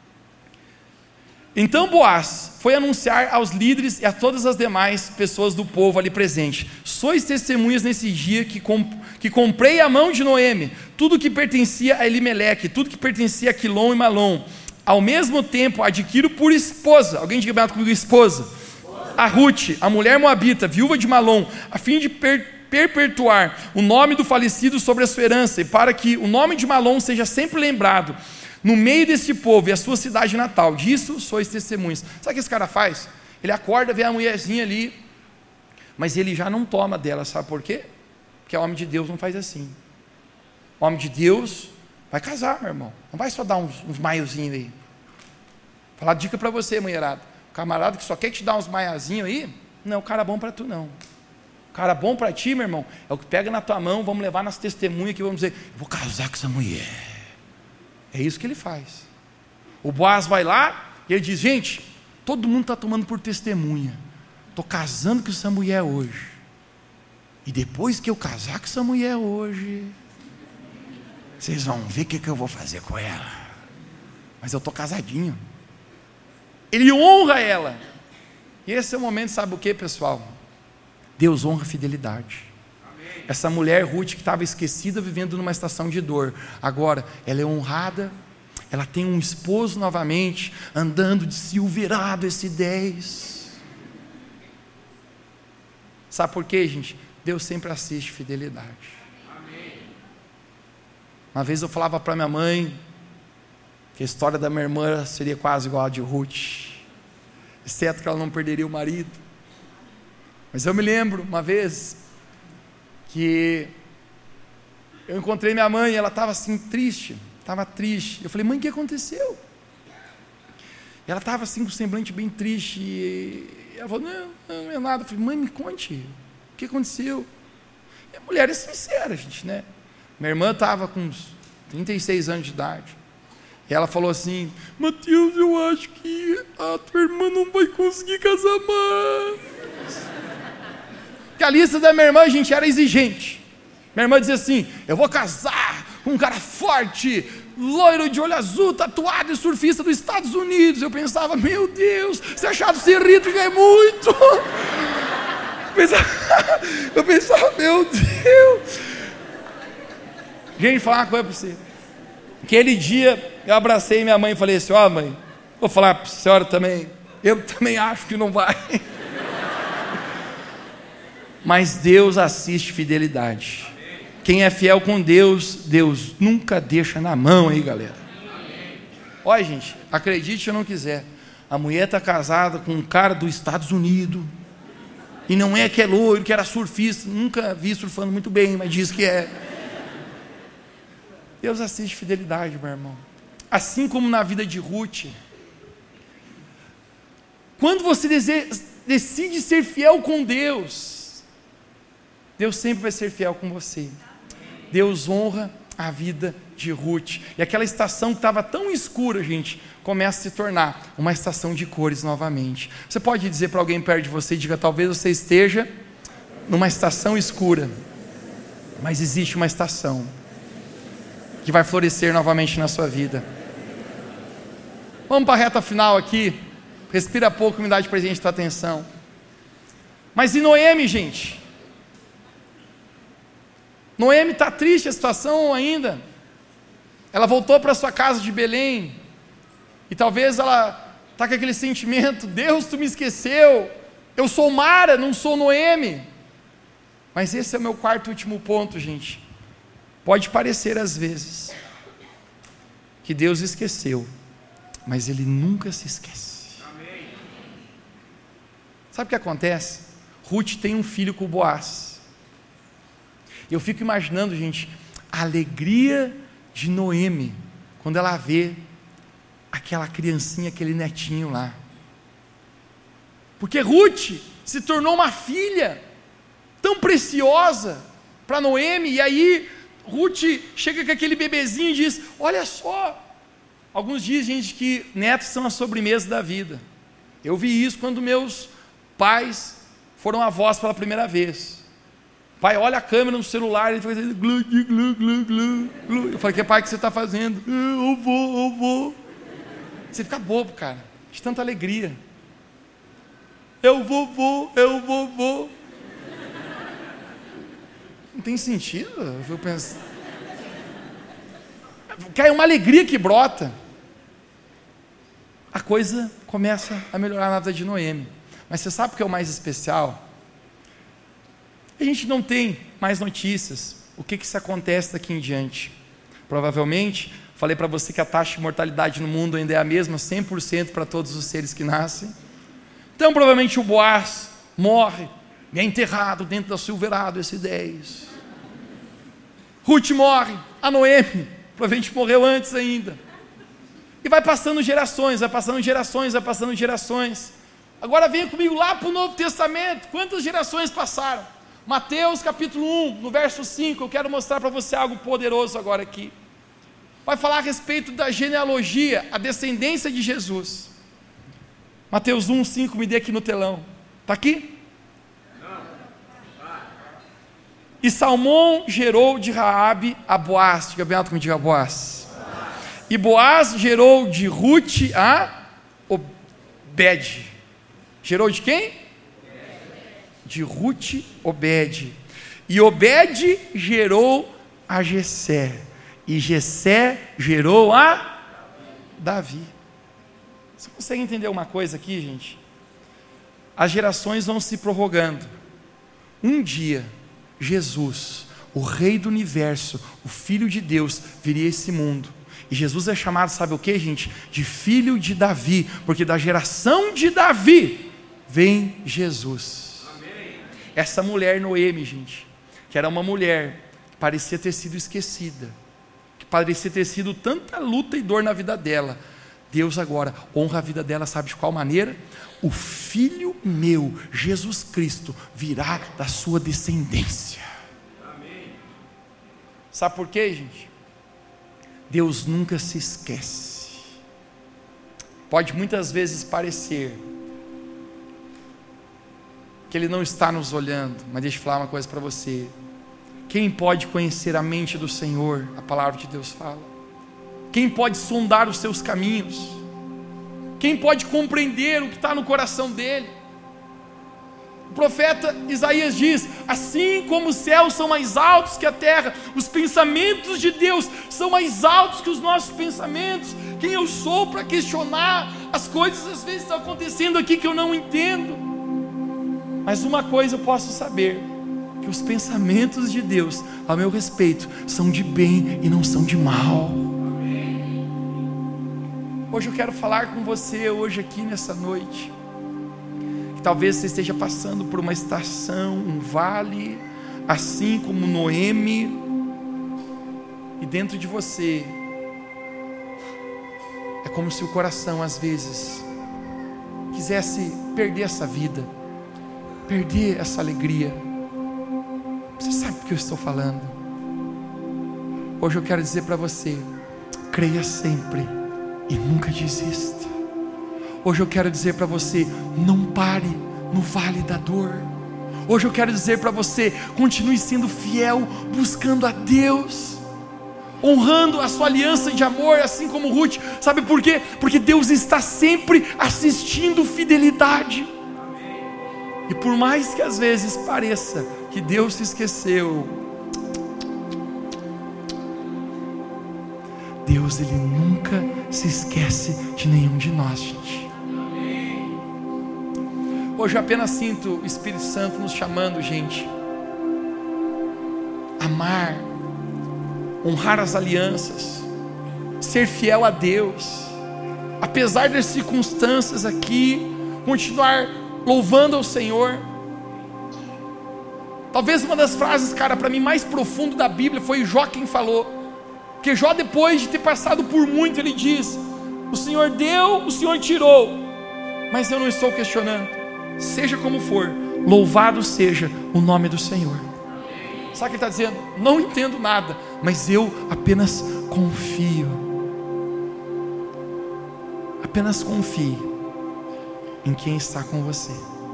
Então Boaz foi anunciar aos líderes e a todas as demais pessoas do povo ali presente: sois testemunhas nesse dia que comprei a mão de Noemi tudo que pertencia a Elimeleque, tudo que pertencia a Quilom e Malom. Ao mesmo tempo adquiro por esposa, alguém diga bem comigo, esposa, a Ruth, a mulher moabita, viúva de Malom, a fim de perpetuar o nome do falecido sobre a sua herança, e para que o nome de Malom seja sempre lembrado no meio desse povo e a sua cidade natal. Disso sois testemunhas. Sabe o que esse cara faz? Ele acorda, vê a mulherzinha ali, mas ele já não toma dela, sabe por quê? Porque o homem de Deus não faz assim. O homem de Deus vai casar, meu irmão, não vai só dar uns maiozinhos aí. Vou falar dica para você, mulherada, o camarada que só quer te dar uns maiazinhos aí, não é o cara bom para tu não. O cara bom para ti, meu irmão, é o que pega na tua mão, vamos levar nas testemunhas que vamos dizer, eu vou casar com essa mulher. É isso que ele faz. O Boaz vai lá e ele diz, gente, todo mundo está tomando por testemunha, estou casando com essa mulher hoje, e depois que eu casar com essa mulher hoje, vocês vão ver o que eu vou fazer com ela, mas eu estou casadinho. Ele honra ela, e esse é o momento, sabe o que, pessoal? Deus honra a fidelidade. Amém. Essa mulher Ruth que estava esquecida, vivendo numa estação de dor, agora ela é honrada, ela tem um esposo novamente, andando de silverado esse 10. Sabe por quê, gente? Deus sempre assiste fidelidade. Uma vez eu falava para minha mãe que a história da minha irmã seria quase igual a de Ruth, exceto que ela não perderia o marido. Mas eu me lembro uma vez que eu encontrei minha mãe e ela estava assim triste. Eu falei: mãe, o que aconteceu? E ela estava assim com o semblante bem triste. E ela falou: não é nada. Eu falei: mãe, me conte, o que aconteceu? E a mulher é sincera, gente, né? Minha irmã estava com uns 36 anos de idade. E ela falou assim: Mateus, eu acho que a tua irmã não vai conseguir casar mais. Porque a lista da minha irmã, gente, era exigente. Minha irmã dizia assim: eu vou casar com um cara forte, loiro de olho azul, tatuado e surfista dos Estados Unidos. Eu pensava: meu Deus, se achar de ser rico já é muito. Eu pensava: meu Deus. Gente, falar uma coisa para você. Aquele dia eu abracei minha mãe e falei assim: ó, mãe, vou falar para a senhora também, eu também acho que não vai. Mas Deus assiste fidelidade. Quem é fiel com Deus, Deus nunca deixa na mão, hein, galera? Olha, gente, acredite ou não quiser, a mulher está casada com um cara dos Estados Unidos, e não é que é loiro, que era surfista, nunca vi surfando muito bem, mas diz que é. Deus assiste fidelidade, meu irmão. Assim como na vida de Ruth, quando você decide ser fiel com Deus, Deus sempre vai ser fiel com você. Deus honra a vida de Ruth, e aquela estação que estava tão escura, gente, começa a se tornar uma estação de cores novamente. Você pode dizer para alguém perto de você, diga: talvez você esteja numa estação escura, mas existe uma estação que vai florescer novamente na sua vida. Vamos para a reta final aqui. Respira pouco, me dá de presente a tua atenção. Mas e Noemi, gente? Noemi está triste a situação ainda. Ela voltou para sua casa de Belém, e talvez ela está com aquele sentimento: Deus, tu me esqueceu, eu sou Mara, não sou Noemi. Mas esse é o meu quarto e último ponto, gente. Pode parecer às vezes que Deus esqueceu, mas Ele nunca se esquece. Amém. Sabe o que acontece? Ruth tem um filho com Boaz. Eu fico imaginando, gente, a alegria de Noemi quando ela vê aquela criancinha, aquele netinho lá. Porque Ruth se tornou uma filha tão preciosa para Noemi, e aí Ruth chega com aquele bebezinho e diz: olha só. Alguns dizem, gente, que netos são a sobremesa da vida. Eu vi isso quando meus pais foram avós pela primeira vez. Pai olha a câmera no celular e ele faz glu, glu, glu, glu, glu. Eu falei: que pai que você está fazendo? Eu vou. Você fica bobo, cara, de tanta alegria. Eu vou. Não tem sentido. Eu penso, é uma alegria que brota. A coisa começa a melhorar na vida de Noemi. Mas você sabe o que é o mais especial? A gente não tem mais notícias. O que se acontece daqui em diante? Provavelmente, falei para você que a taxa de mortalidade no mundo ainda é a mesma, 100% para todos os seres que nascem. Então provavelmente o Boaz morre e é enterrado dentro da Silverado S10. Ruth morre, a Noemi provavelmente morreu antes ainda. E vai passando gerações. Agora venha comigo lá para o Novo Testamento. Quantas gerações passaram? Mateus capítulo 1, no verso 5, eu quero mostrar para você algo poderoso agora aqui. Vai falar a respeito da genealogia, a descendência de Jesus. Mateus 1, 5, me dê aqui no telão. Está aqui? E Salmão gerou de Raabe a Boaz. Diga bem alto como diga Boaz. E Boaz gerou de Ruth a Obed. Gerou de quem? De Ruth, Obed. E Obed gerou a Jessé. E Jessé gerou a Davi. Você consegue entender uma coisa aqui, gente? As gerações vão se prorrogando. um dia, Jesus, o Rei do Universo, o Filho de Deus, viria a esse mundo. E Jesus é chamado, sabe o que, gente? De filho de Davi, porque da geração de Davi vem Jesus. Amém. Essa mulher Noemi, gente, que era uma mulher que parecia ter sido esquecida, que parecia ter sido tanta luta e dor na vida dela, Deus agora honra a vida dela, sabe de qual maneira? O filho meu, Jesus Cristo, virá da sua descendência. Amém. Sabe por quê, gente? Deus nunca se esquece. Pode muitas vezes parecer que Ele não está nos olhando, mas deixa eu falar uma coisa para você. Quem pode conhecer a mente do Senhor? A palavra de Deus fala. Quem pode sondar os seus caminhos? Quem pode compreender o que está no coração dele? O profeta Isaías diz: assim como os céus são mais altos que a terra, os pensamentos de Deus são mais altos que os nossos pensamentos. Quem eu sou para questionar as coisas às vezes estão acontecendo aqui que eu não entendo? Mas uma coisa eu posso saber, que os pensamentos de Deus a meu respeito são de bem e não são de mal. Hoje eu quero falar com você, hoje aqui nessa noite, que talvez você esteja passando por uma estação, um vale, assim como Noemi, e dentro de você, é como se o coração às vezes quisesse perder essa vida, perder essa alegria. Você sabe do que eu estou falando. Hoje eu quero dizer para você: creia sempre e nunca desista. Hoje eu quero dizer para você: não pare no vale da dor. Hoje eu quero dizer para você: continue sendo fiel, buscando a Deus, honrando a sua aliança de amor, assim como Ruth. Sabe por quê? Porque Deus está sempre assistindo fidelidade. E por mais que às vezes pareça que Deus se esqueceu, Deus, Ele nunca se esquece de nenhum de nós, gente. Hoje eu apenas sinto o Espírito Santo nos chamando, gente, amar, honrar as alianças, ser fiel a Deus, apesar das circunstâncias aqui, continuar louvando ao Senhor. Talvez uma das frases, cara, para mim mais profundo da Bíblia foi Jó quem falou. Porque Jó, depois de ter passado por muito, ele diz: o Senhor deu, o Senhor tirou, mas eu não estou questionando. Seja como for, louvado seja o nome do Senhor. Sabe o que ele está dizendo? Não entendo nada, mas eu apenas confio. Apenas confie em quem está com você.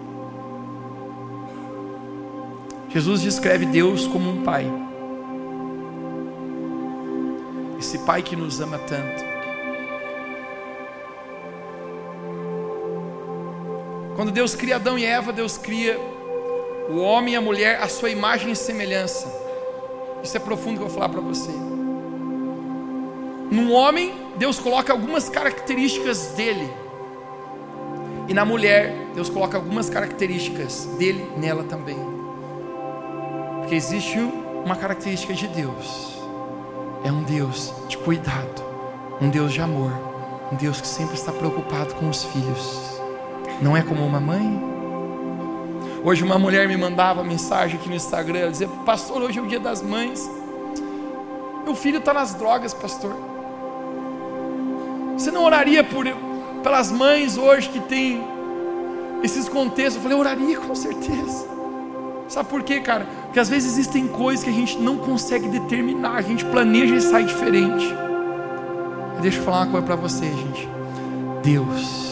Jesus descreve Deus como um pai. Esse pai que nos ama tanto. Quando Deus cria Adão e Eva, Deus cria o homem e a mulher à sua imagem e semelhança. Isso é profundo que eu vou falar para você. No homem, Deus coloca algumas características dele, e na mulher, Deus coloca algumas características dele nela também. Porque existe uma característica de Deus: é um Deus de cuidado, um Deus de amor, um Deus que sempre está preocupado com os filhos. Não é como uma mãe. Hoje uma mulher me mandava mensagem aqui no Instagram, ela dizia: pastor, hoje é o dia das mães, meu filho está nas drogas, pastor, você não oraria pelas mães hoje que tem esses contextos? Eu falei: eu oraria com certeza. Sabe por quê, cara? Porque às vezes existem coisas que a gente não consegue determinar, a gente planeja e sai diferente. Deixa eu falar uma coisa para você, gente. Deus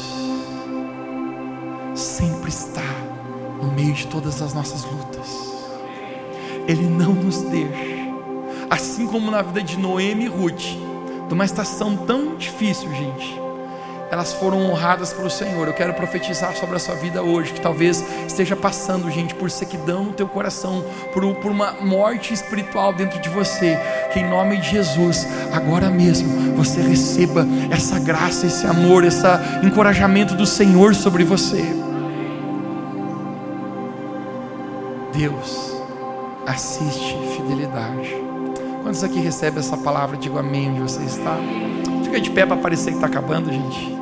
sempre está no meio de todas as nossas lutas. Ele não nos deixa. Assim como na vida de Noemi e Ruth, de uma estação tão difícil, gente, elas foram honradas pelo Senhor. Eu quero profetizar sobre a sua vida hoje, que talvez esteja passando, gente, por sequidão no teu coração, por uma morte espiritual dentro de você, que em nome de Jesus, agora mesmo, você receba essa graça, esse amor, esse encorajamento do Senhor sobre você. Deus assiste fidelidade. Quantos aqui recebem essa palavra? Digo amém onde você está. Fica de pé para parecer que está acabando, gente.